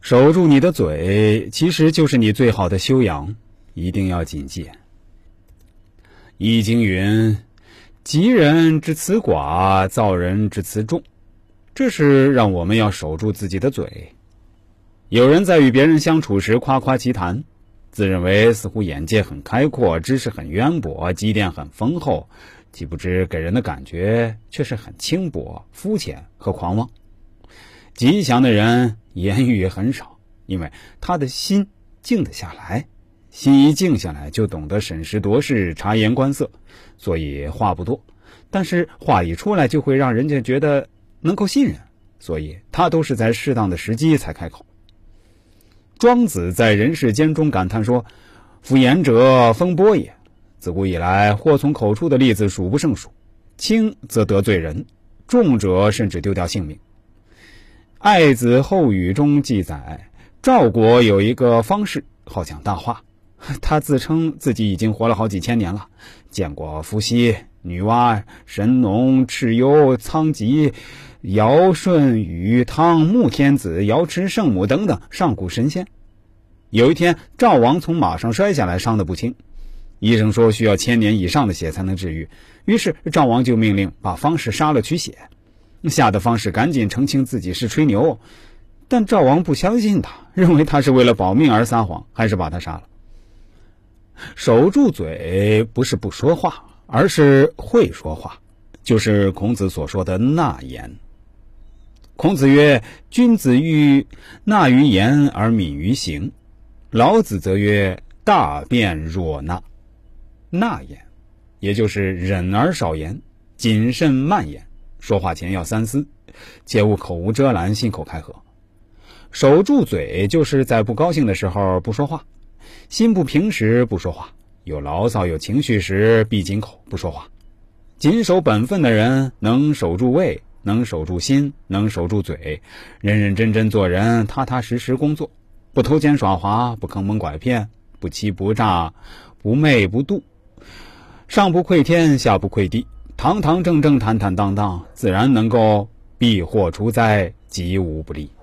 守住你的嘴，其实就是你最好的修养，一定要谨记。易经云：急人之辞寡，躁人之辞重。这是让我们要守住自己的嘴。有人在与别人相处时夸夸其谈，自认为似乎眼界很开阔，知识很渊博，积淀很丰厚，岂不知给人的感觉却是很轻薄、肤浅和狂妄。吉祥的人言语很少，因为他的心静得下来，心一静下来就懂得审时度势、察言观色，所以话不多，但是话一出来就会让人家觉得能够信任，所以他都是在适当的时机才开口。庄子在人世间中感叹说：夫言者风波也。自古以来，祸从口出的例子数不胜数，轻则得罪人，重者甚至丢掉性命。爱子后语中记载，赵国有一个方士好讲大话，他自称自己已经活了好几千年了，见过伏羲、女娲、神农、蚩尤、苍极、尧舜禹汤、穆天子、瑶池圣母等等上古神仙。有一天，赵王从马上摔下来，伤得不轻，医生说需要1000年以上的血才能治愈，于是赵王就命令把方士杀了取血。吓得方士赶紧澄清自己是吹牛，但赵王不相信他，认为他是为了保命而撒谎，还是把他杀了。守住嘴不是不说话，而是会说话，就是孔子所说的纳言。孔子曰：君子欲纳于言而敏于行。老子则曰：大辩若纳。纳言也就是忍而少言，谨慎慢言，说话前要三思，切勿口无遮拦，信口开河。守住嘴就是在不高兴的时候不说话，心不平时不说话，有牢骚有情绪时闭紧口不说话。谨守本分的人能守住胃，能守住心，能守住嘴，认认真真做人，踏踏实实工作，不偷奸耍滑，不坑蒙拐骗，不欺不诈，不媚不妒，上不愧天，下不愧地，堂堂正正，坦坦荡荡，自然能够避祸除灾，吉无不利。